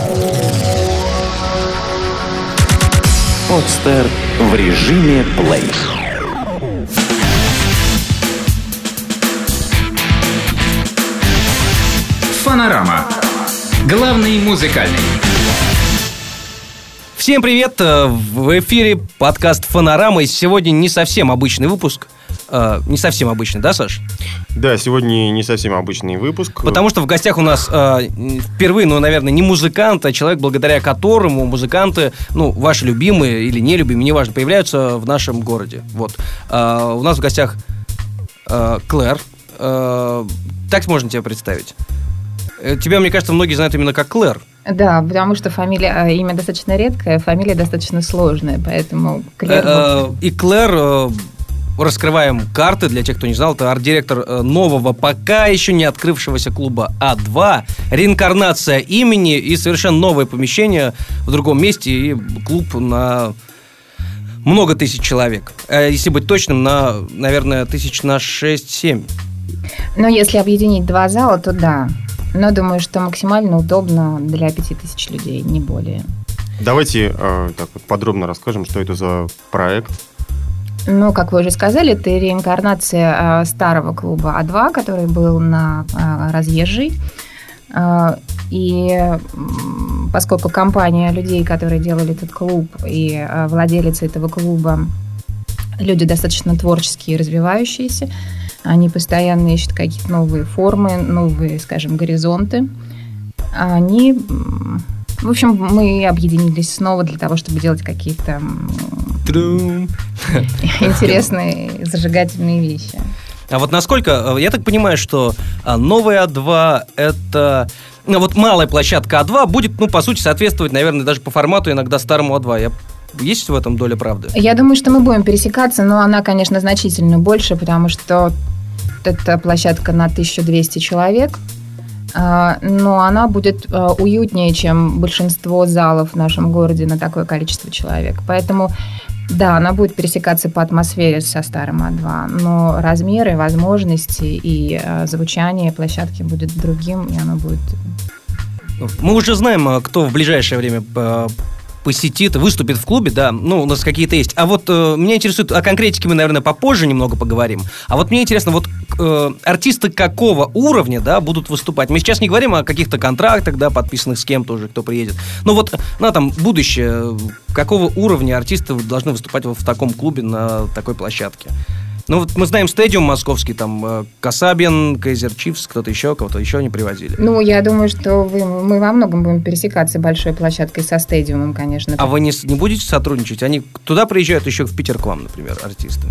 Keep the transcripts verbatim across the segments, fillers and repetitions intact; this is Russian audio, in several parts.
Подстер в режиме плей. Фонорама. Главный музыкальный. Всем привет! В эфире подкаст «Фонорама». И сегодня не совсем обычный выпуск. Э, не совсем обычный, да, Саш? Да, сегодня не совсем обычный выпуск. Потому что в гостях у нас э, впервые, ну, наверное, не музыкант, а человек, благодаря которому музыканты, ну, ваши любимые или нелюбимые, неважно, появляются в нашем городе. Вот. Э, у нас в гостях э, Клэр. Э, так можно тебя представить? Тебя, мне кажется, многие знают именно как Клэр. Да, потому что фамилия, имя достаточно редкое, фамилия достаточно сложная, поэтому Клэр... И Клэр, раскрываем карты для тех, кто не знал, это арт-директор нового, пока еще не открывшегося клуба А два, реинкарнация имени и совершенно новое помещение в другом месте, и клуб на много тысяч человек. Если быть точным, на, наверное, тысяч на шесть-семь. Но если объединить два зала, то да. Но думаю, что максимально удобно для пяти тысяч людей, не более. Давайте э, так вот подробно расскажем, что это за проект. Ну, как вы уже сказали, это реинкарнация э, старого клуба А два, который был на э, Разъезжей. Э, и э, поскольку компания людей, которые делали этот клуб, и э, владелицы этого клуба, люди достаточно творческие и развивающиеся, они постоянно ищут какие-то новые формы, новые, скажем, горизонты. Они, в общем, мы объединились снова для того, чтобы делать какие-то интересные, зажигательные вещи. А вот насколько, я так понимаю, что новая А два это... Ну, вот малая площадка А два будет, ну, по сути, соответствовать, наверное, даже по формату иногда старому А два. Я... Есть в этом доля правды? Я думаю, что мы будем пересекаться, но она, конечно, значительно больше, потому что это площадка на тысячу двести человек, но она будет уютнее, чем большинство залов в нашем городе на такое количество человек. Поэтому, да, она будет пересекаться по атмосфере со старым А два, но размеры, возможности и звучание площадки будет другим, и оно будет... Мы уже знаем, кто в ближайшее время посетит, выступит в клубе, да, ну, у нас какие-то есть. А вот э, меня интересует, о конкретике мы, наверное, попозже немного поговорим. А вот мне интересно, вот э, артисты какого уровня, да, будут выступать? Мы сейчас не говорим о каких-то контрактах, да, подписанных с кем-то уже, кто приедет. Но вот, ну, там, будущее, какого уровня артисты должны выступать в таком клубе на такой площадке? Ну, вот мы знаем стадиум московский, там, Касабин, Кейзер Чифс, кто-то еще, кого-то еще не привозили. Ну, я думаю, что вы, мы во многом будем пересекаться большой площадкой со стадиумом, конечно. А вы не, не будете сотрудничать? Они туда приезжают еще в Питер к вам, например, артисты?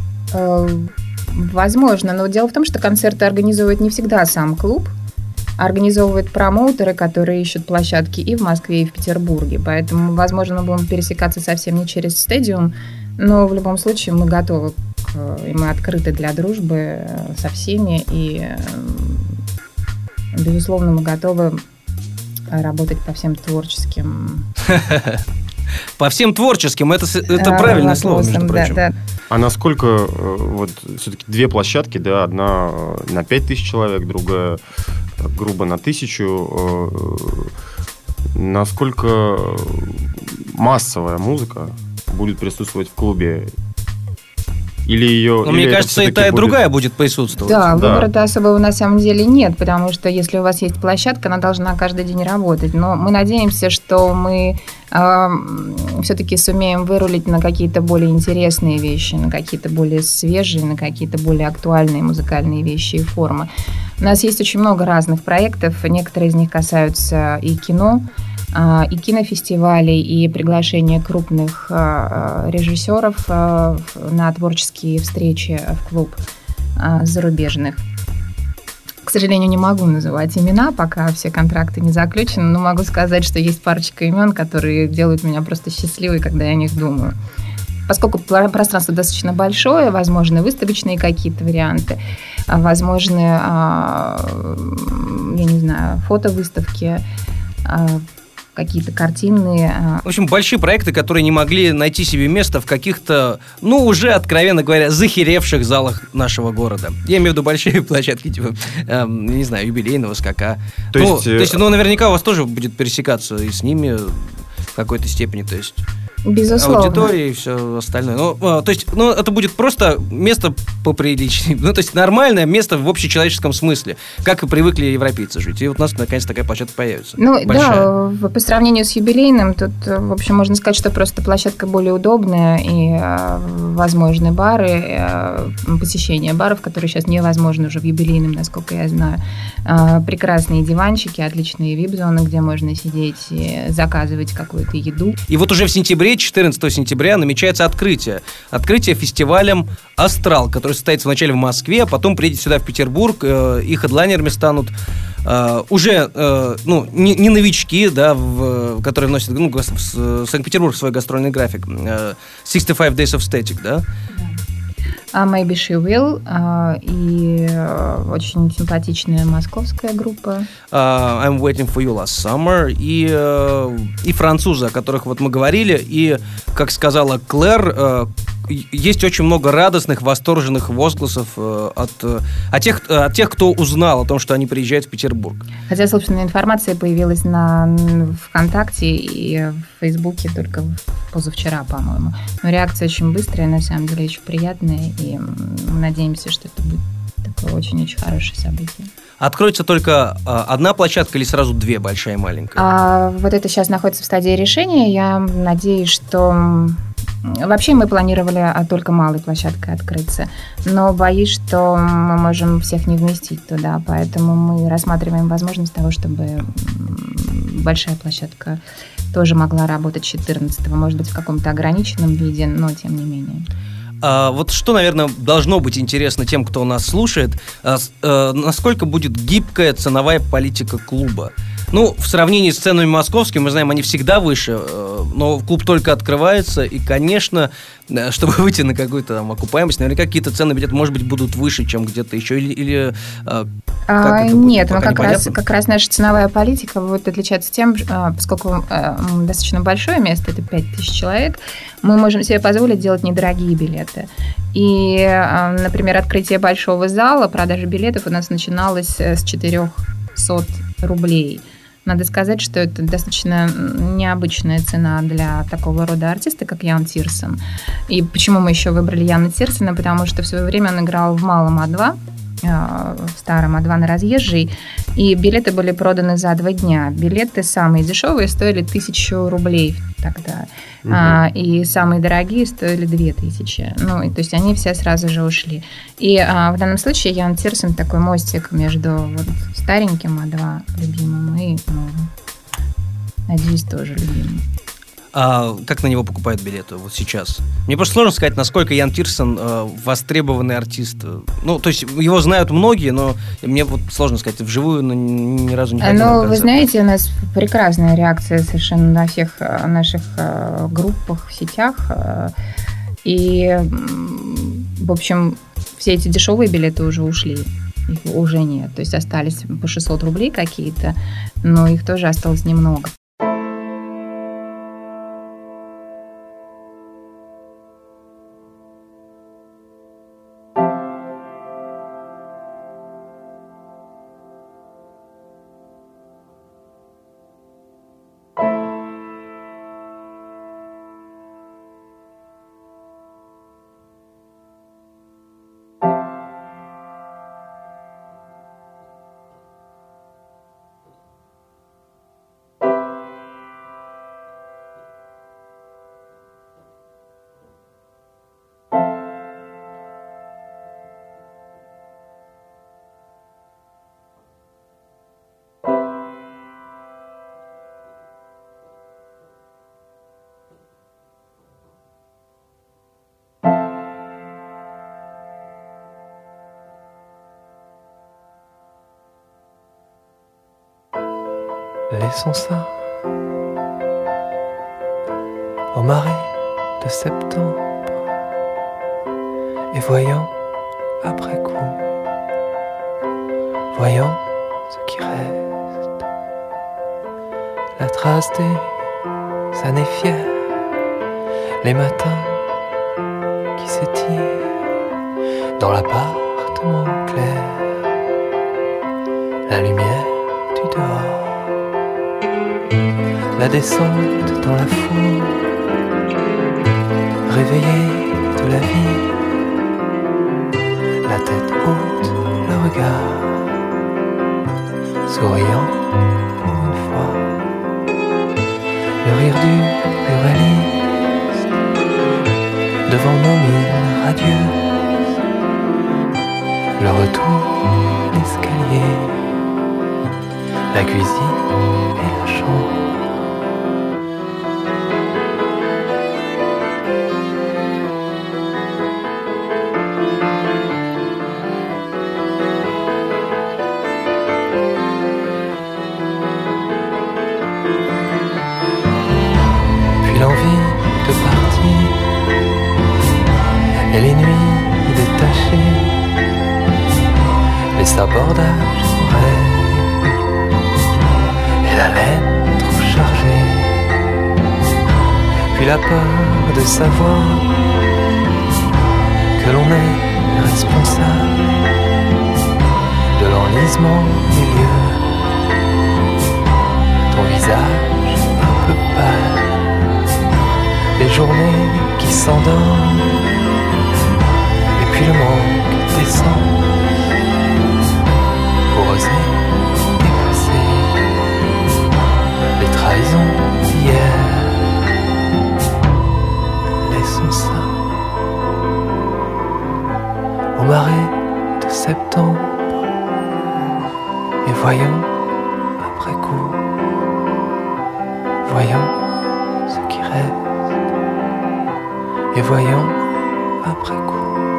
Возможно, но дело в том, что концерты организовывает не всегда сам клуб, организовывают промоутеры, которые ищут площадки и в Москве, и в Петербурге. Поэтому, возможно, мы будем пересекаться совсем не через стадиум, но в любом случае мы готовы и мы открыты для дружбы со всеми, и, безусловно, мы готовы работать по всем творческим... По всем творческим, это, это а, правильное слово, между прочим. Да, да. А насколько, вот, все-таки две площадки, да, одна на пять тысяч человек, другая, так, грубо, на тысячу, насколько массовая музыка будет присутствовать в клубе? Или ее, Но или мне кажется, и та, и будет... другая будет присутствовать. Да, да. Выбора-то особого на самом деле нет, потому что если у вас есть площадка, она должна каждый день работать. Но мы надеемся, что мы э, все-таки сумеем вырулить на какие-то более интересные вещи, на какие-то более свежие, на какие-то более актуальные музыкальные вещи и формы. У нас есть очень много разных проектов, некоторые из них касаются и кино, и кинофестивалей, и приглашение крупных режиссеров на творческие встречи в клуб зарубежных. К сожалению, не могу называть имена, пока все контракты не заключены, но могу сказать, что есть парочка имен, которые делают меня просто счастливой, когда я о них думаю. Поскольку пространство достаточно большое, возможны выставочные какие-то варианты, возможны, я не знаю, фотовыставки, какие-то картины. В общем, большие проекты, которые не могли найти себе место в каких-то, ну, уже, откровенно говоря, захеревших залах нашего города. Я имею в виду большие площадки, типа, э, не знаю, юбилейного скака. То, ну, есть, то есть, ну, наверняка у вас тоже будет пересекаться и с ними в какой-то степени, то есть... Безусловно. Аудитория и все остальное. Ну, то есть, ну, это будет просто место поприличнее. Ну, то есть, нормальное место в общечеловеческом смысле, как и привыкли европейцы жить. И вот у нас, наконец, такая площадка появится. Ну, большая. Да, по сравнению с юбилейным, тут, в общем, можно сказать, что просто площадка более удобная, и возможны бары, посещение баров, которые сейчас невозможно уже в юбилейном, насколько я знаю. Прекрасные диванчики, отличные вип-зоны, где можно сидеть и заказывать какую-то еду. И вот уже в сентябре, четырнадцатого сентября, намечается открытие. Открытие фестивалем «Астрал», который состоится вначале в Москве, а потом приедет сюда, в Петербург. И хедлайнерами станут Uh, уже, uh, ну, не, не новички, да, в, которые вносят, ну, в, в Санкт-Петербург свой гастрольный график. Uh, шестьдесят пять Days of Static, да? Uh, Maybe She Will, uh, и uh, очень симпатичная московская группа. Uh, I'm Waiting for You Last Summer, и, uh, и французы, о которых вот мы говорили, и, как сказала Клэр, uh, есть очень много радостных, восторженных возгласов э, от, э, от, тех, от тех, кто узнал о том, что они приезжают в Петербург. Хотя, собственно, информация появилась на ВКонтакте и в Фейсбуке только позавчера, по-моему. Но реакция очень быстрая, на самом деле, очень приятная, и мы надеемся, что это будет такое очень-очень хорошее событие. Откроется только а, одна площадка или сразу две, большая и маленькая? А, вот это сейчас находится в стадии решения. Я надеюсь, что... Вообще мы планировали только малой площадкой открыться, но боюсь, что мы можем всех не вместить туда, поэтому мы рассматриваем возможность того, чтобы большая площадка тоже могла работать четырнадцатого, может быть, в каком-то ограниченном виде, но тем не менее. А, вот что, наверное, должно быть интересно тем, кто нас слушает, а, а, насколько будет гибкая ценовая политика клуба. Ну, в сравнении с ценами московскими, мы знаем, они всегда выше, но клуб только открывается, и, конечно, чтобы выйти на какую-то там окупаемость, наверняка какие-то цены где-то, может быть, будут выше, чем где-то еще, или... или а, нет, ну, как раз, как раз наша ценовая политика будет отличаться тем, поскольку достаточно большое место, это пять тысяч человек, мы можем себе позволить делать недорогие билеты. И, например, открытие большого зала, продажа билетов у нас начиналась с четырехсот рублей. Надо сказать, что это достаточно необычная цена для такого рода артиста, как Ян Тирсон. И почему мы еще выбрали Яна Тирсона? Потому что в свое время он играл в малом А два, в старом А два на Разъезжей, и билеты были проданы за два дня. Билеты самые дешевые стоили тысячу рублей тогда, угу. а, и самые дорогие стоили две тысячи. Ну, и, то есть они все сразу же ушли. И а, в данном случае Ян Тирсон такой мостик между вот, стареньким А два любимым и новым. Надеюсь, тоже любимым. А как на него покупают билеты вот сейчас? Мне просто сложно сказать, насколько Ян Тирсон э, востребованный артист. Ну, то есть его знают многие, но мне вот сложно сказать, вживую ну, ни разу не ходил. Ну, вы знаете, у нас прекрасная реакция совершенно на всех наших э, группах, в сетях. Э, и, в общем, все эти дешевые билеты уже ушли. Их уже нет. То есть остались по шестьсот рублей какие-то, но их тоже осталось немного. Laissons ça au marais de septembre et voyons après coup, voyons ce qui reste, la trace des années fières, les matins qui s'étirent dans l'appartement clair, la lumière du dehors, la descente dans la foule, réveillé de la vie, la tête haute, le regard souriant pour une fois, le rire du pluraliste devant nos mines radieuses, le retour, l'escalier, la cuisine et la chambre. Et les nuits détachées, les sabordages rêves et la laine trop chargée, puis la peur de savoir que l'on est responsable de l'enlisement des lieux, ton visage un peu pâle, les journées qui s'endorment, puis le manque d'essence pour oser dépasser les trahisons d'hier. Laissons ça au marais de septembre et voyons après coup, voyons ce qui reste et voyons après coup.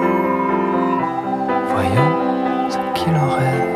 Voyons ce qu'il en reste.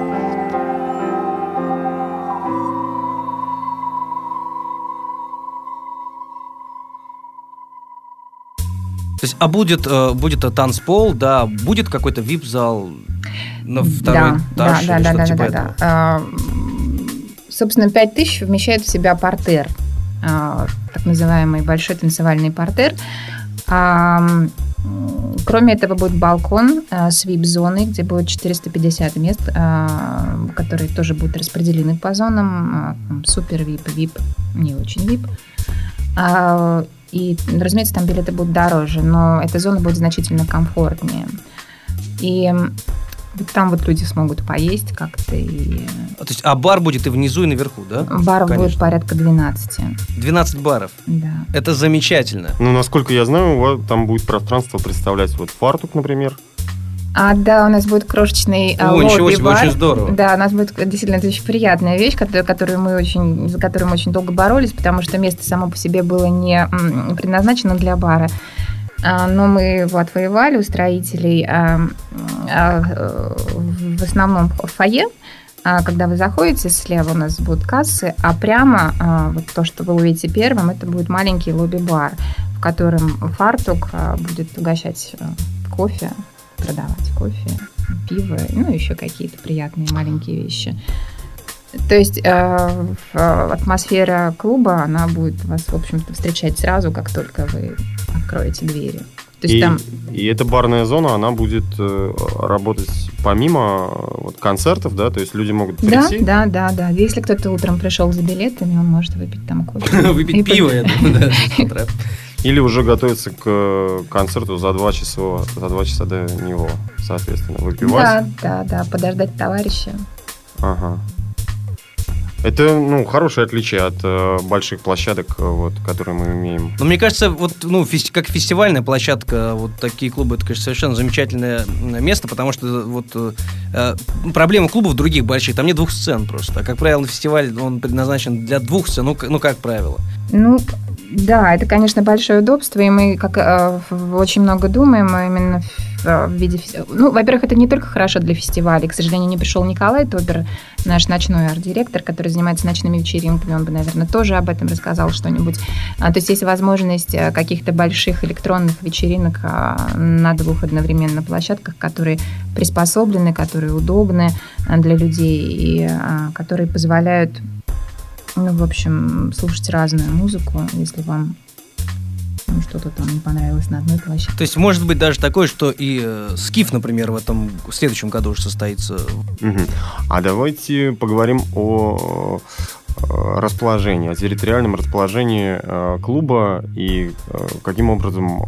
То есть, а будет, будет танцпол, да, будет какой-то вип-зал на второй да, этаж? Да, или да, что да, типа да, этого? да. А, собственно, пять тысяч вмещает в себя партер, а, так называемый большой танцевальный партер. А, Кроме этого будет балкон э, с вип-зоной, где будет четыреста пятьдесят мест, э, которые тоже будут распределены по зонам. Э, супер вип, вип, не очень вип. Э, и, разумеется, там билеты будут дороже, но эта зона будет значительно комфортнее. И вот там вот люди смогут поесть как-то. И... То есть, а бар будет и внизу, и наверху, да? Баров Конечно. будет порядка двенадцать. двенадцать баров? Да. Это замечательно. Ну, насколько я знаю, у вас там будет пространство представлять вот фартук, например. А, да, у нас будет крошечный О, лобби-бар. ничего себе, очень здорово. Да, у нас будет действительно это очень приятная вещь, которую, которую мы очень, за которую мы очень долго боролись, потому что место само по себе было не предназначено для бара. Но мы его отвоевали у строителей. В основном в фойе, когда вы заходите, слева у нас будут кассы, а прямо вот то, что вы увидите первым, это будет маленький лобби-бар, в котором фартук будет угощать кофе, продавать кофе, пиво, ну, еще какие-то приятные маленькие вещи. То есть э, атмосфера клуба, она будет вас, в общем-то, встречать сразу, как только вы откроете двери. То есть и, там... и эта барная зона, она будет э, работать помимо вот, концертов, да? То есть люди могут прийти? Да, да, да, да. Если кто-то утром пришел за билетами, он может выпить там кофе. Выпить пиво, я думаю, да, с утра. Или уже готовиться к концерту за два часа, за два часа до него, соответственно, выпивать? Да, да, да, подождать товарища. Ага. Это, ну, хорошее отличие от э, больших площадок, вот, которые мы имеем. Но мне кажется, вот, ну, фести- как фестивальная площадка, вот такие клубы, это, конечно, совершенно замечательное место, потому что вот э, проблема клубов других больших, там нет двух сцен просто. А, как правило, на фестиваль он предназначен для двух сцен, ну, ну как правило. Ну, да, это, конечно, большое удобство, и мы как э, очень много думаем именно в, в виде... Ну, во-первых, это не только хорошо для фестивалей. К сожалению, не пришел Николай Топер, наш ночной арт-директор, который занимается ночными вечеринками. Он бы, наверное, тоже об этом рассказал что-нибудь. А, то есть есть возможность каких-то больших электронных вечеринок а, на двух одновременно площадках, которые приспособлены, которые удобны для людей и а, которые позволяют Ну, в общем, слушать разную музыку, если вам ну, что-то там не понравилось на одной площадке. То есть может быть даже такое, что и э, Скиф, например, в этом в следующем году уже состоится. Угу. А давайте поговорим о расположении, о территориальном расположении э, клуба и э, каким образом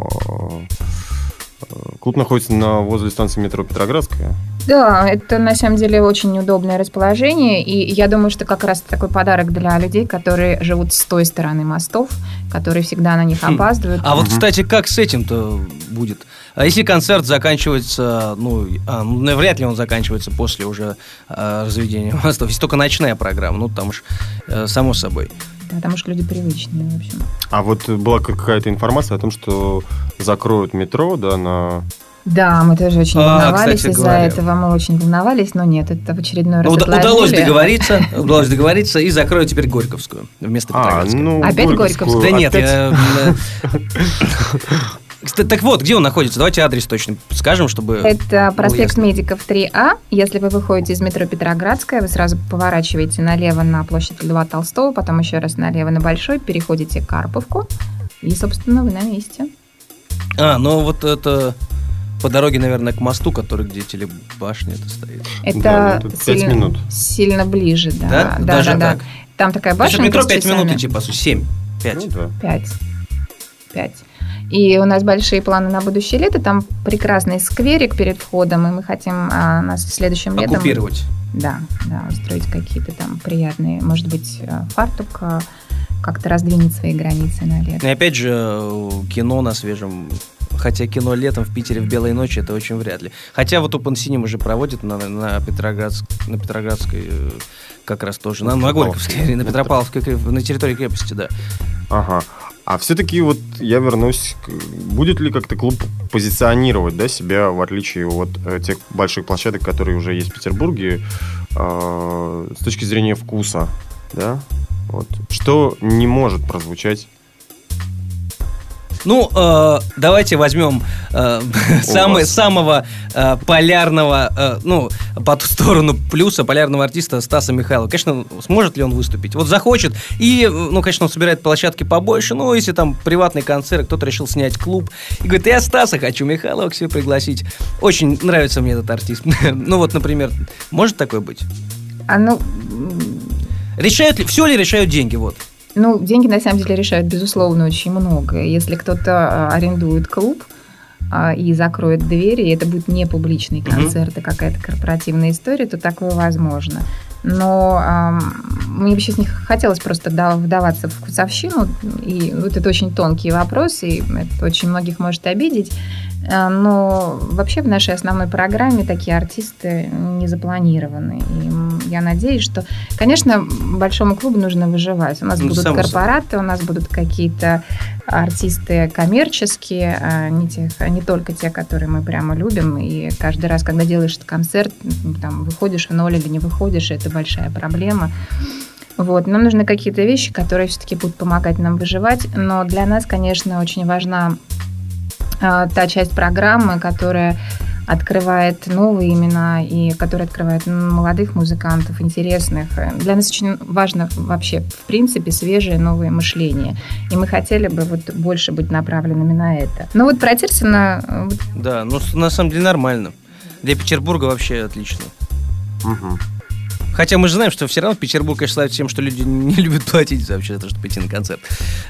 э, клуб находится на, возле станции метро Петроградская. Да, это на самом деле очень удобное расположение, и я думаю, что как раз такой подарок для людей, которые живут с той стороны мостов, которые всегда на них опаздывают. А вот, кстати, как с этим-то будет? А если концерт заканчивается, ну, а, ну вряд ли он заканчивается после уже а, разведения мостов, если только ночная программа, ну, там уж а, само собой. Да, там уж люди привычные, в общем. А вот была какая-то информация о том, что закроют метро, да, на... Да, мы тоже очень А, волновались кстати из-за говоря. этого, мы очень волновались, но нет, это в очередной раз Уда- отложили. удалось договориться, удалось договориться и закроют теперь Горьковскую вместо А, Петроградской. ну, Опять Горьковскую. Горьковскую? Да нет, Опять? я... Кстати, так вот, где он находится? Давайте адрес точно скажем, чтобы... Это проспект было ясно. Медиков три А. Если вы выходите из метро Петроградская, вы сразу поворачиваете налево на площадь Льва Толстого, потом еще раз налево на Большой, переходите Карповку, и, собственно, вы на месте. А, ну вот это... По дороге, наверное, к мосту, который где телебашня это стоит. Это Да, ну, тут пять сильно, минут. сильно ближе, да. Да? Да, Даже да, да. так? Там такая То есть от башенка метро с пять минут часами. идти, по сути, семь, пять. Ну, да. Пять. Пять. И у нас большие планы на будущее лето. Там прекрасный скверик перед входом, и мы хотим а, нас следующим летом... Оккупировать. Да, да, устроить какие-то там приятные, может быть, фартук, а, как-то раздвинуть свои границы на лето. И опять же, кино на свежем... Хотя кино летом в Питере в белые ночи это очень вряд ли. Хотя вот Open Cinema уже проводит на, на, Петроградск, на Петроградской э, как раз тоже. На, на Горьковской, на Петропавловской, на территории крепости, да. Ага. А все-таки вот я вернусь, к... будет ли как-то клуб позиционировать, да, себя, в отличие от э, тех больших площадок, которые уже есть в Петербурге, э, с точки зрения вкуса, да? Вот. Что не может прозвучать? Ну, э, давайте возьмем э, самый, самого э, полярного, э, ну, по ту сторону плюса полярного артиста Стаса Михайлова. Конечно, сможет ли он выступить? Вот захочет, и, ну, конечно, он собирает площадки побольше, ну, если там приватный концерт, кто-то решил снять клуб, и говорит, я Стаса хочу Михайлова к себе пригласить. Очень нравится мне этот артист. Ну, вот, например, может такое быть? А ну... Решают ли, все ли решают деньги, вот? Ну, деньги на самом деле решают, безусловно, очень много. Если кто-то арендует клуб а, и закроет двери, и это будет не публичный концерт, а какая-то корпоративная история, то такое возможно. Но а, мне бы сейчас не хотелось просто вдаваться в вкусовщину, и вот это очень тонкий вопрос, и это очень многих может обидеть. Но вообще в нашей основной программе такие артисты не запланированы. И я надеюсь, что, конечно, большому клубу нужно выживать. У нас Ну, будут само корпораты, у нас будут какие-то артисты коммерческие, а не, те, а не только те, которые мы прямо любим. И каждый раз, когда делаешь этот концерт, там, выходишь в ноль или не выходишь, это большая проблема. Вот. Нам нужны какие-то вещи, которые все-таки будут помогать нам выживать. Но для нас, конечно, очень важна та часть программы, которая открывает новые имена и которая открывает молодых музыкантов, интересных. Для нас очень важно вообще, в принципе, свежее новое мышление. И мы хотели бы вот больше быть направленными на это. Но вот про Тирсона... Да, ну, на самом деле нормально. Для Петербурга вообще отлично. Угу. Хотя мы же знаем, что все равно Петербург, конечно, славится тем, что люди не любят платить вообще за то, чтобы пойти на концерт.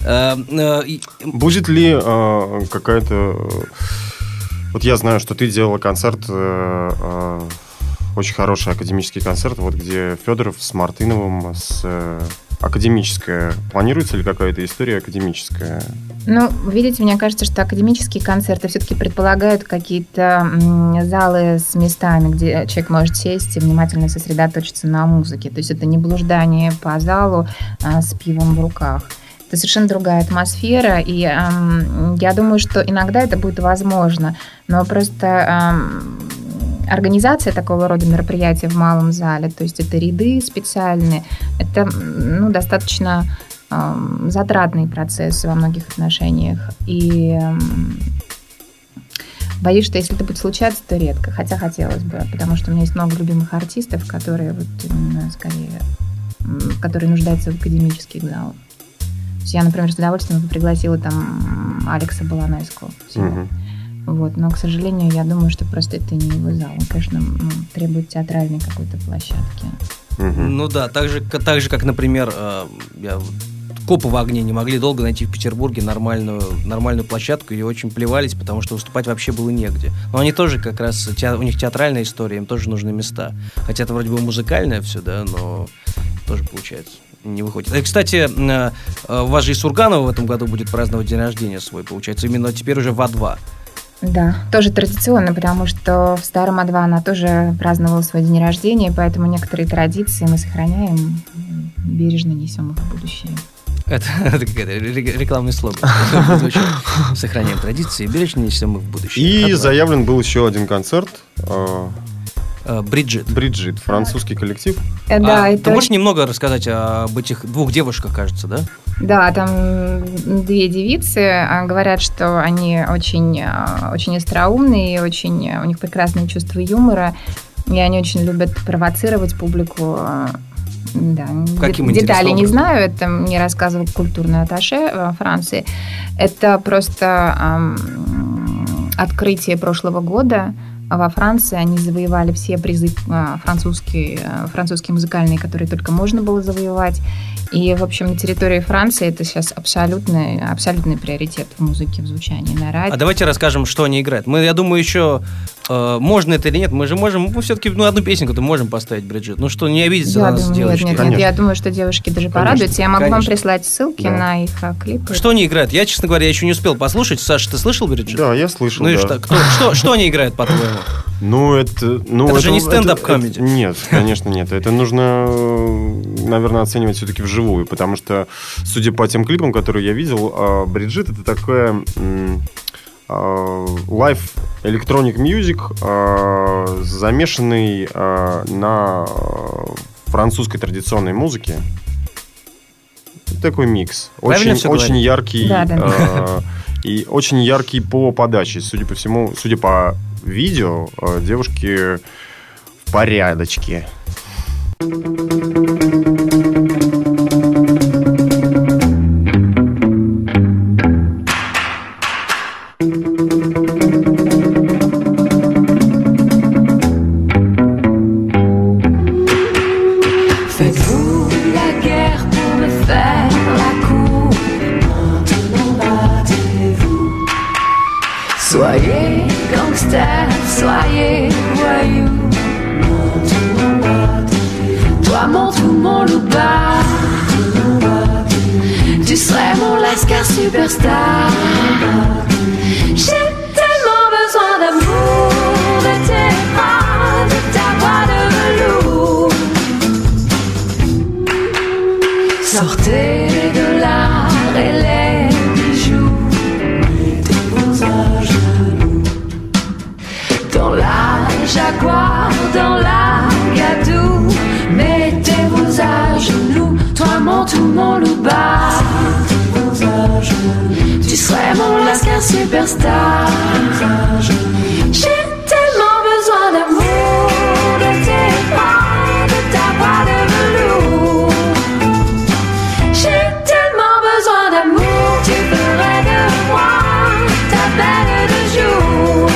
Будет ли э, какая-то... э, Вот я знаю, что ты делала концерт, э, э, очень хороший академический концерт, вот где Федоров с Мартыновым, с э, академическая. Планируется ли какая-то история академическая? Ну, видите, мне кажется, что академические концерты все-таки предполагают какие-то залы с местами, где человек может сесть и внимательно сосредоточиться на музыке. То есть это не блуждание по залу а, с пивом в руках. Это совершенно другая атмосфера, и эм, я думаю, что иногда это будет возможно, но просто эм, организация такого рода мероприятия в малом зале, то есть это ряды специальные, это ну, достаточно эм, затратный процесс во многих отношениях, и эм, боюсь, что если это будет случаться, то редко, хотя хотелось бы, потому что у меня есть много любимых артистов, которые вот именно скорее который нуждается в академических залах. То есть я, например, с удовольствием бы пригласила там Алекса Баланайского. Мгм. Вот, но, к сожалению, я думаю, что просто это не его зал. Он, конечно, ну, требует театральной какой-то площадки. Мгм. Ну да, так же, к- так же как, например, э, я вот- Копы в огне не могли долго найти в Петербурге нормальную, нормальную площадку и очень плевались, потому что выступать вообще было негде. Но они тоже как раз, те- у них театральная история, им тоже нужны места. Хотя это вроде бы музыкальное все, да, но тоже получается не выходит. И, кстати, э, э, у вас же и Сурганова в этом году будет праздновать день рождения свой, получается, именно теперь уже в А два. Да, тоже традиционно, потому что в старом А два она тоже праздновала свой день рождения, поэтому некоторые традиции мы сохраняем, бережно несем их в будущее. Это, это какой-то ре- рекламный слоган. Звучит. Сохраняем традиции, бережно несем их в будущее. И А два. заявлен был еще один концерт. э, Э, Бриджит. Бриджит, французский коллектив. Э, Да, А, это ты можешь очень- немного рассказать об этих двух девушках, кажется, да? Да, там две девицы а, говорят, что они очень, а, очень остроумные, очень, а, у них прекрасное чувство юмора, и они очень любят провоцировать публику. а, Да, Каким де- детали интересным не образом? знаю, это мне рассказывал культурный атташе во Франции. Это просто ам, открытие прошлого года. Во Франции они завоевали все призы а, французские, а, французские музыкальные, которые только можно было завоевать. И, в общем, на территории Франции это сейчас абсолютный, абсолютный приоритет в музыке, в звучании на радио. А давайте расскажем, что они играют. Мы, я думаю, еще э, можно это или нет, мы же можем, мы все-таки ну, одну песенку-то можем поставить, Бриджит. Ну что, не обидеться Я на нас, думаю, нет, девочки. нет, нет, Конечно. я думаю, что девушки даже Конечно, порадуются. Я могу вам конечно. прислать ссылки Да. на их а, клипы. Что они играют? Я, честно говоря, еще не успел послушать. Саша, ты слышал, Бриджит? Да, я слышал. Ну и да. что, кто- что, что они играют, по-твоему? Ну, это... Ну, Это же не стендап-комеди. это- Нет, конечно, нет. Это нужно, наверное, оценивать все-таки вживую, потому что, судя по тем клипам, которые я видел, а, Бриджит — это такая м, а, live electronic music, а, замешанный а, на французской традиционной музыке. Такой микс. Правильно Очень, всё очень говорю? яркий. Да, да, да. а, И очень яркий по подаче. Судя по всему, судя по видео, э, девушки в порядочке. Faites-vous la guerre pour me faire la cour? Maintenant battez-vous. Soyez gangster, soyez voyou. Maintenant battez-vous. Toi mon tout, mon loup-bas. Maintenant battez-vous. Tu serais mon lascar superstar. J'ai tellement besoin d'amour, de tes bras, de ta voix de velours. Sortez de l'art et les bijoux, mettez-vous à genoux. Dans la Jaguar, dans la Gadou, mettez-vous à genoux. Toi mon tout, mon loup-bas, mettez-vous à genoux. Tu serais mon lascar superstar. J'ai tellement besoin d'amour, de tes bras, de ta voix de velours. J'ai tellement besoin d'amour, tu ferais de moi ta belle de jour.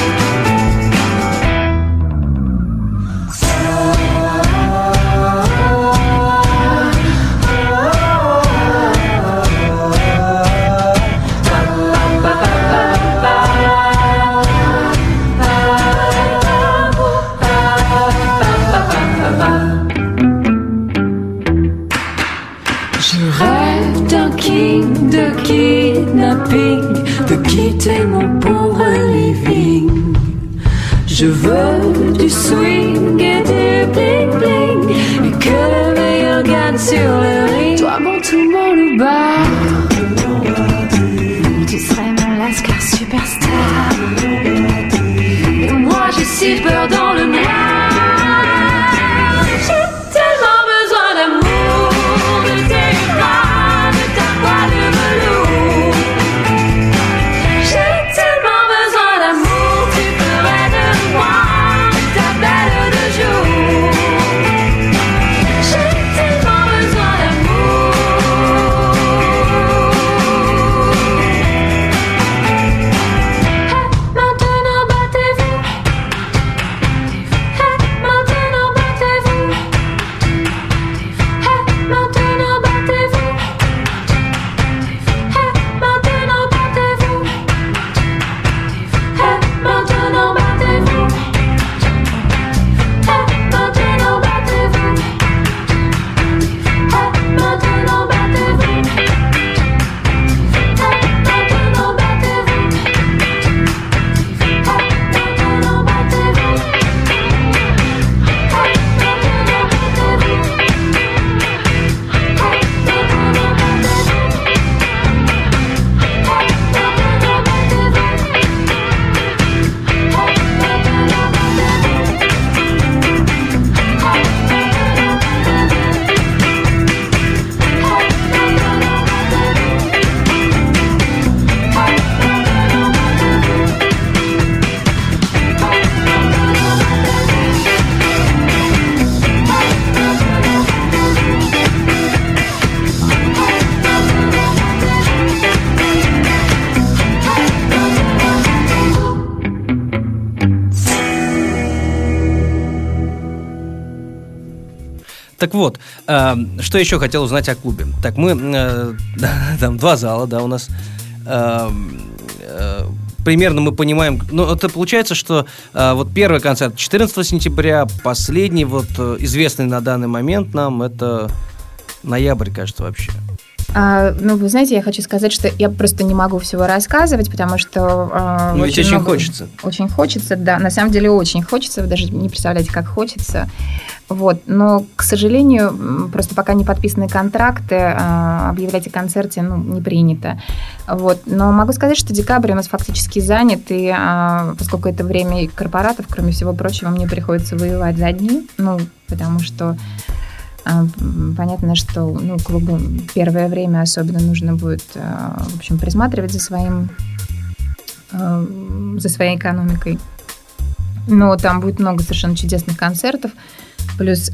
Je rêve d'un king, de kidnapping, de quitter mon pauvre living. Je veux du swing et du bling bling, et que le meilleur gagne sur le ring. Toi mon tout, mon loup-bas, tu serais mon lascar superstar. Et moi j'ai si peur dans le noir. J'ai tellement besoin d'amour, de tes bras, de ta voix de velours. J'ai tellement besoin d'amour, tu ferais de moi ta belle de jour. J'ai tellement besoin Так вот, э, что еще хотел узнать о клубе. Так, мы... Э, там два зала, да, у нас... Э, э, примерно мы понимаем... Ну, это получается, что э, вот первый концерт четырнадцатого сентября, последний, вот э, известный на данный момент нам, это ноябрь, кажется, вообще. А, ну, вы знаете, я хочу сказать, что я просто не могу всего рассказывать, потому что... А, ну, ведь очень много... хочется. Очень хочется, да. На самом деле очень хочется. Вы даже не представляете, как хочется. Вот. Но, к сожалению, просто пока не подписаны контракты, а, объявлять о концерте, ну, не принято. Вот. Но могу сказать, что декабрь у нас фактически занят, и а, поскольку это время корпоратов, кроме всего прочего, мне приходится воевать за дни, ну, потому что... Понятно, что ну, клубу первое время особенно нужно будет, в общем, присматривать за своим, за своей экономикой. Но там будет много совершенно чудесных концертов. Плюс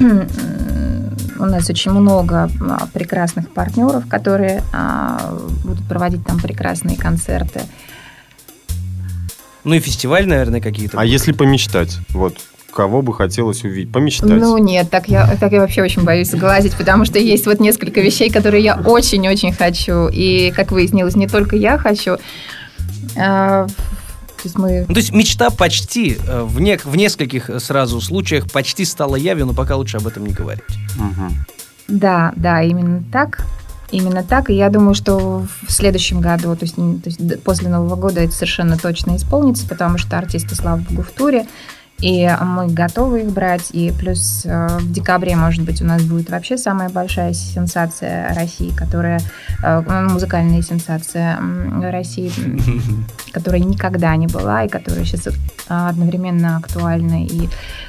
у нас очень много прекрасных партнеров, которые будут проводить там прекрасные концерты. Ну и фестиваль, наверное, какие-то. А если помечтать, вот... Кого бы хотелось увидеть? Помечтать. Ну, нет, так я, так я вообще очень боюсь согласить, потому что есть вот несколько вещей, которые я очень-очень хочу. И, как выяснилось, не только я хочу. А, то есть, мы... ну, то есть мечта почти в, не, в нескольких сразу случаях почти стала явью, но пока лучше об этом не говорить. Угу. Да, да, именно так. Именно так. И я думаю, что в следующем году, то есть, то есть после Нового года это совершенно точно исполнится, потому что артисты, слава богу, в туре. И мы готовы их брать. И плюс в декабре, может быть, у нас будет вообще самая большая сенсация России, которая... музыкальная сенсация России, которая никогда не была, и которая сейчас одновременно актуальна и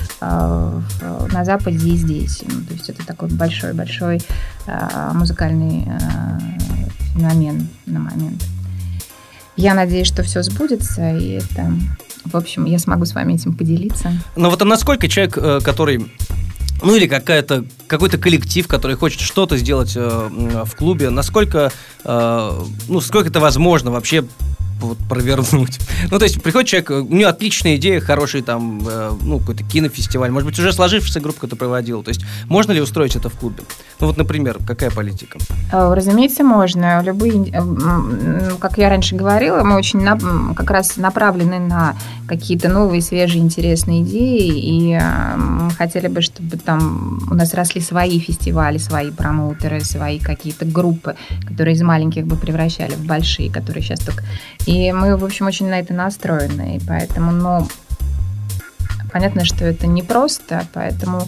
на Западе, и здесь. То есть это такой большой-большой музыкальный феномен на момент. Я надеюсь, что все сбудется, и это... В общем, я смогу с вами этим поделиться. Но вот насколько человек, который... Ну или какая-то, какой-то коллектив, который хочет что-то сделать в клубе, насколько, ну, сколько это возможно вообще вот, провернуть? Ну, то есть приходит человек, у него отличная идея, хороший там, ну, какой-то кинофестиваль, может быть, уже сложившаяся группа, которая проводила. То есть можно ли устроить это в клубе? Ну, вот, например, какая политика? Разумеется, можно. Любые, как я раньше говорила, мы очень на, как раз направлены на какие-то новые, свежие, интересные идеи, и мы хотели бы, чтобы там у нас росли свои фестивали, свои промоутеры, свои какие-то группы, которые из маленьких бы превращали в большие, которые сейчас только... И мы, в общем, очень на это настроены, и поэтому, ну, понятно, что это непросто, поэтому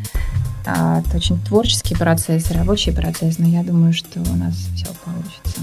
а, это очень творческий процесс, рабочий процесс, но я думаю, что у нас все получится.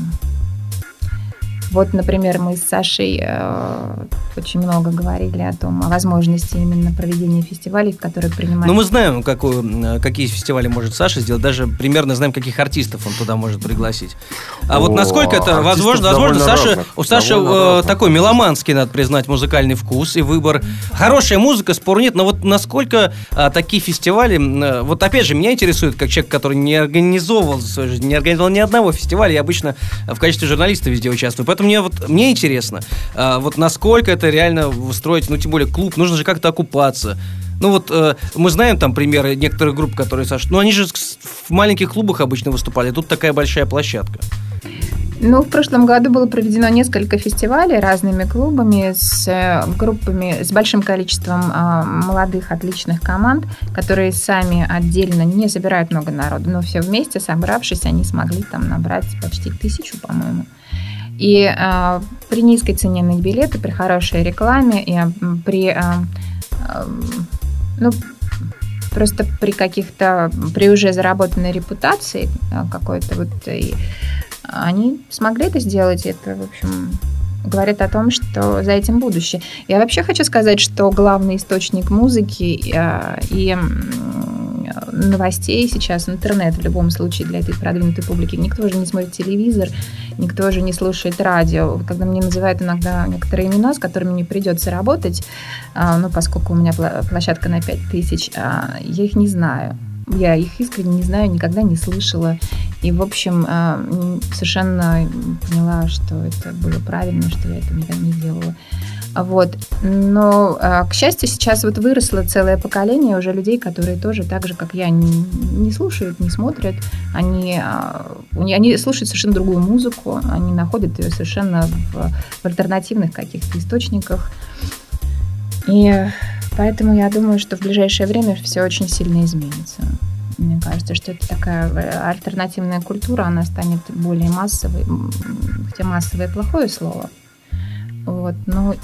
Вот, например, мы с Сашей э, очень много говорили о том, о возможности именно проведения фестивалей, в которых принимают... Ну, мы знаем, какую, какие фестивали может Саша сделать, даже примерно знаем, каких артистов он туда может пригласить. А О, вот насколько это возможно, возможно, Саша, разных, у Саши э, такой меломанский, надо признать, музыкальный вкус и выбор. Хорошая музыка, спору нет, но вот насколько э, такие фестивали... Э, вот опять же, меня интересует, как человек, который не организовывал в своей жизни, не организовал ни одного фестиваля, я обычно в качестве журналиста везде участвую, поэтому мне, вот, мне интересно, э, вот насколько это реально устроить, ну, тем более клуб, нужно же как-то окупаться. Ну, вот э, мы знаем там примеры некоторых групп, которые, Саша, ну, они же в маленьких клубах обычно выступали, тут такая большая площадка. Ну, в прошлом году было проведено несколько фестивалей разными клубами с группами, с большим количеством э, молодых, отличных команд, которые сами отдельно не собирают много народу, но все вместе, собравшись, они смогли там набрать почти тысячу, по-моему. И э, при низкой цене на билеты, при хорошей рекламе и э, при, э, э, ну, просто при каких-то, при уже заработанной репутации э, какой-то вот, и они смогли это сделать. Это, в общем, говорит о том, что за этим будущее. Я вообще хочу сказать, что главный источник музыки э, и новостей сейчас интернет в любом случае для этой продвинутой публики. Никто же не смотрит телевизор, никто же не слушает радио. Когда мне называют иногда некоторые имена, с которыми мне придется работать, ну, поскольку у меня площадка на пять тысяч, я их не знаю. Я их искренне не знаю, никогда не слышала. И, в общем, совершенно поняла, что это было правильно, что я это никогда не делала. Вот. Но, к счастью, сейчас вот выросло целое поколение уже людей, которые тоже так же, как я, не, не слушают, не смотрят. Они, они слушают совершенно другую музыку, они находят ее совершенно в, в альтернативных каких-то источниках. И поэтому я думаю, что в ближайшее время все очень сильно изменится. Мне кажется, что это такая альтернативная культура, она станет более массовой. Хотя массовое плохое слово. Вот, но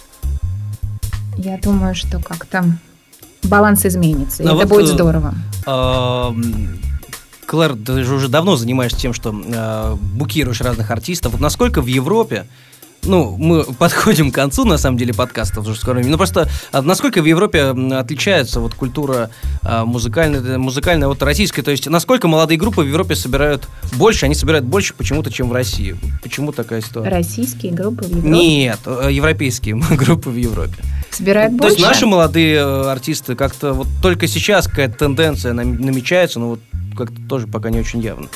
я думаю, что как-то баланс изменится. И а это вот, будет здорово. Э, Клэр, ты же уже давно занимаешься тем, что э, букируешь разных артистов. Вот насколько в Европе, ну, мы подходим к концу, на самом деле, подкастов уже скоро. Ну, просто а насколько в Европе отличается вот культура а, музыкальная, музыкальная от российской? То есть, насколько молодые группы в Европе собирают больше, они собирают больше почему-то, чем в России? Почему такая ситуация? Российские группы в Европе? Нет, европейские группы в Европе. Собирают То больше? есть, наши молодые артисты как-то вот только сейчас какая-то тенденция намечается, но вот как-то тоже пока не очень явно.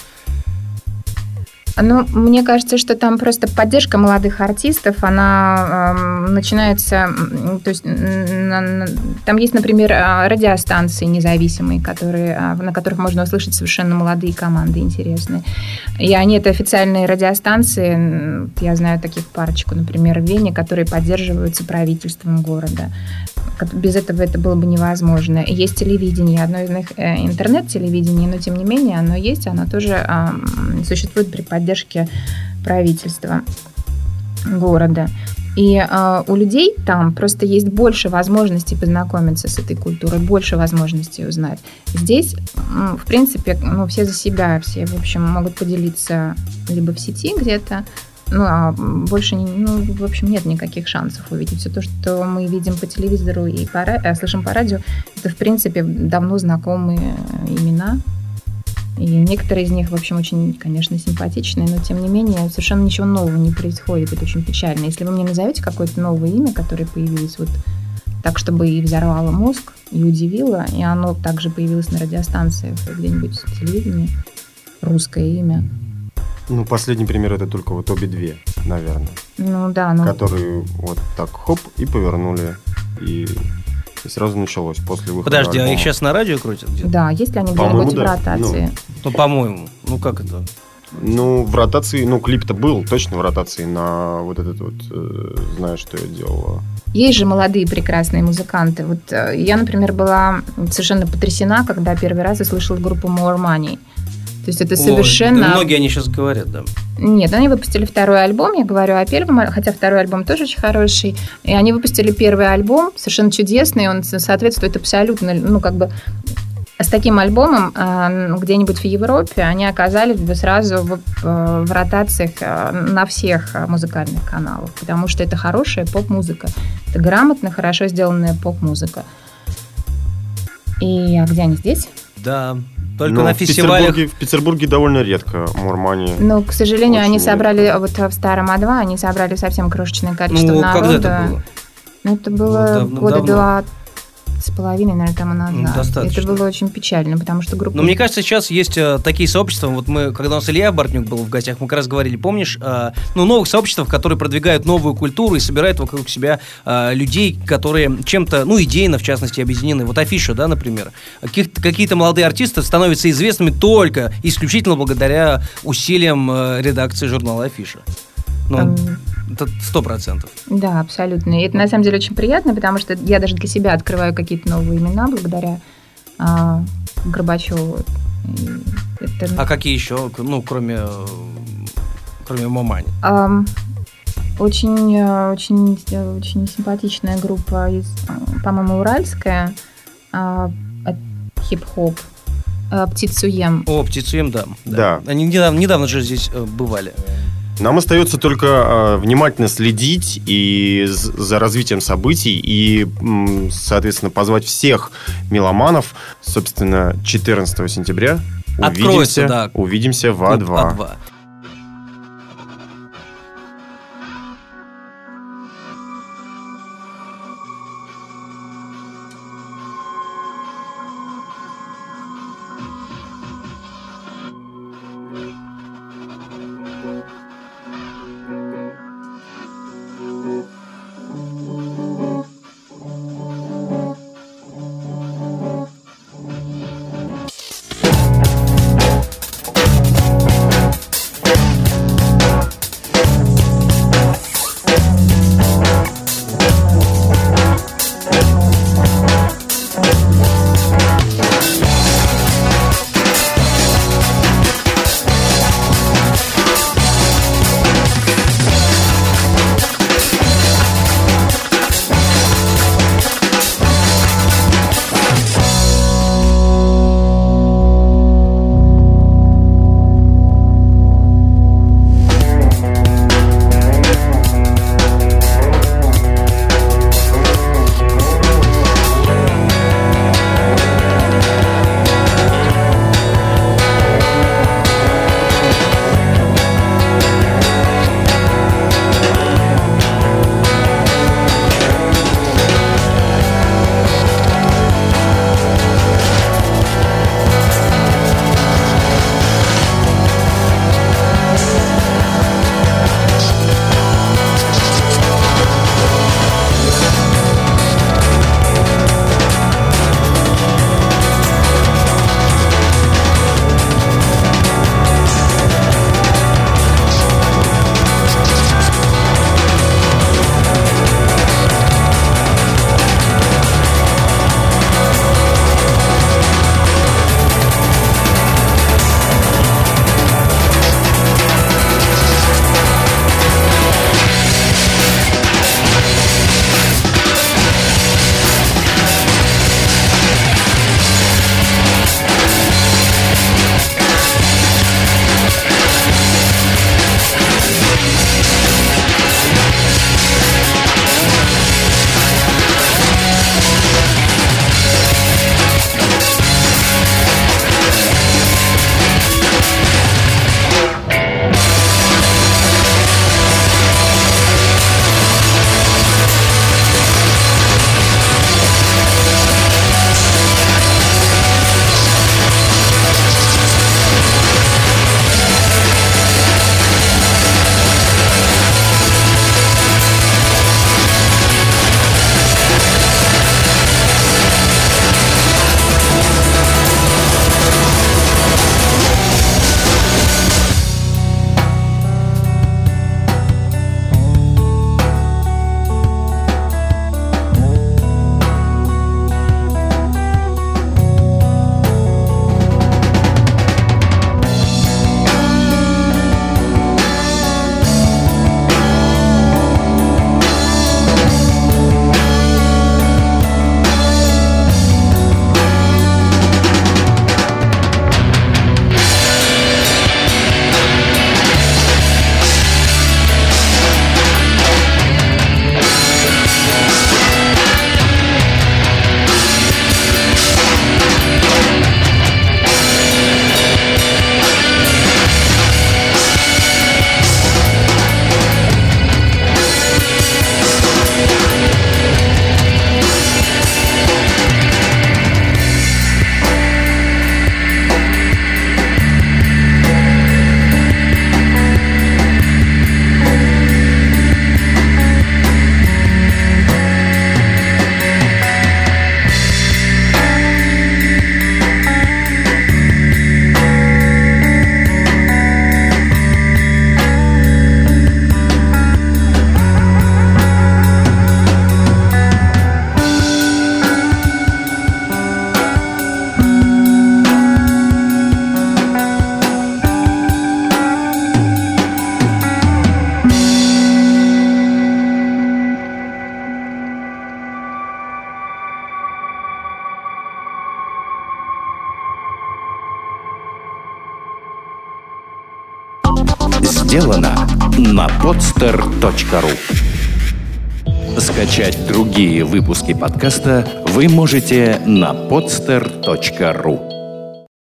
Ну, мне кажется, что там просто поддержка молодых артистов, она э, начинается, то есть на, на, там есть, например, радиостанции независимые, которые, на которых можно услышать совершенно молодые команды интересные. И они, это официальные радиостанции, я знаю таких парочку, например, в Вене, которые поддерживаются правительством города. Без этого это было бы невозможно. Есть телевидение, одно из них интернет-телевидение, но тем не менее оно есть, оно тоже а, существует при поддержке правительства города. И а, у людей там просто есть больше возможностей познакомиться с этой культурой, больше возможностей узнать. Здесь, ну, в принципе, ну, все за себя, все, в общем, могут поделиться либо в сети где-то, ну, а больше, ну, в общем, нет никаких шансов увидеть. Все то, что мы видим по телевизору и по, а, слышим по радио, это, в принципе, давно знакомые имена. И некоторые из них, в общем, очень, конечно, симпатичные, но, тем не менее, совершенно ничего нового не происходит. Это очень печально. Если вы мне назовете какое-то новое имя, которое появилось вот так, чтобы и взорвало мозг, и удивило, и оно также появилось на радиостанции где-нибудь в телевидении, русское имя. Ну, последний пример — это только вот обе две, наверное. Ну, да. Ну... Которые вот так хоп и повернули, и, и сразу началось после выхода Подожди, альбома. а их сейчас на радио крутят где-то? Да, есть ли они По-моему, где-нибудь да. в ротации? Ну, ну, по-моему. Ну, как это? Ну, в ротации, ну, клип-то был точно в ротации на вот этот вот э, «Знаешь, что я делала». Есть же молодые прекрасные музыканты. Вот э, я, например, была совершенно потрясена, когда первый раз услышала группу More Money. То есть это совершенно... О, да, многие они сейчас говорят, да. Нет, они выпустили второй альбом, я говорю о первом, хотя второй альбом тоже очень хороший. И они выпустили первый альбом, совершенно чудесный, он соответствует абсолютно, ну, как бы... С таким альбомом где-нибудь в Европе они оказались бы сразу в, в ротациях на всех музыкальных каналах, потому что это хорошая поп-музыка. Это грамотно, хорошо сделанная поп-музыка. И а где они здесь? Да, только Но на в фестивалях. Петербурге, в Петербурге довольно редко More Money. Ну, к сожалению, Очень они собрали, редко. вот в старом А два, они собрали совсем крошечное количество Ну, народа. когда это было? Ну, это было Ну, давно- года давно. два с половиной, наверное, тому назад. Ну, достаточно. Это было очень печально, потому что группа... Но мне кажется, сейчас есть э, такие сообщества. Вот мы, когда у нас Илья Бортнюк был в гостях, мы как раз говорили, помнишь, э, ну, новых сообществ, которые продвигают новую культуру и собирают вокруг себя э, людей, которые чем-то, ну, идейно, в частности, объединены. Вот Афиша, да, например. Каких- какие-то молодые артисты становятся известными только исключительно благодаря усилиям э, редакции журнала Афиша. Ну, Эм. это сто процентов. Да, абсолютно. И это на самом деле очень приятно, потому что я даже для себя открываю какие-то новые имена благодаря а, Горбачеву. И это... А какие еще, ну, кроме, э, кроме Момани? Ам, очень, э, очень, э, очень симпатичная группа, из, э, по-моему, уральская, а, э, хип-хоп, э, Птицуем. О, Птицуем, да. Да. Они недавно, недавно же здесь э, бывали. Нам остается только э, внимательно следить и з- за развитием событий и, м, соответственно, позвать всех меломанов, собственно, четырнадцатого сентября. Откроется, Увидимся, да. увидимся в Клуб А два. А два. сделано на podster точка ру. Скачать другие выпуски подкаста вы можете на podster точка ру.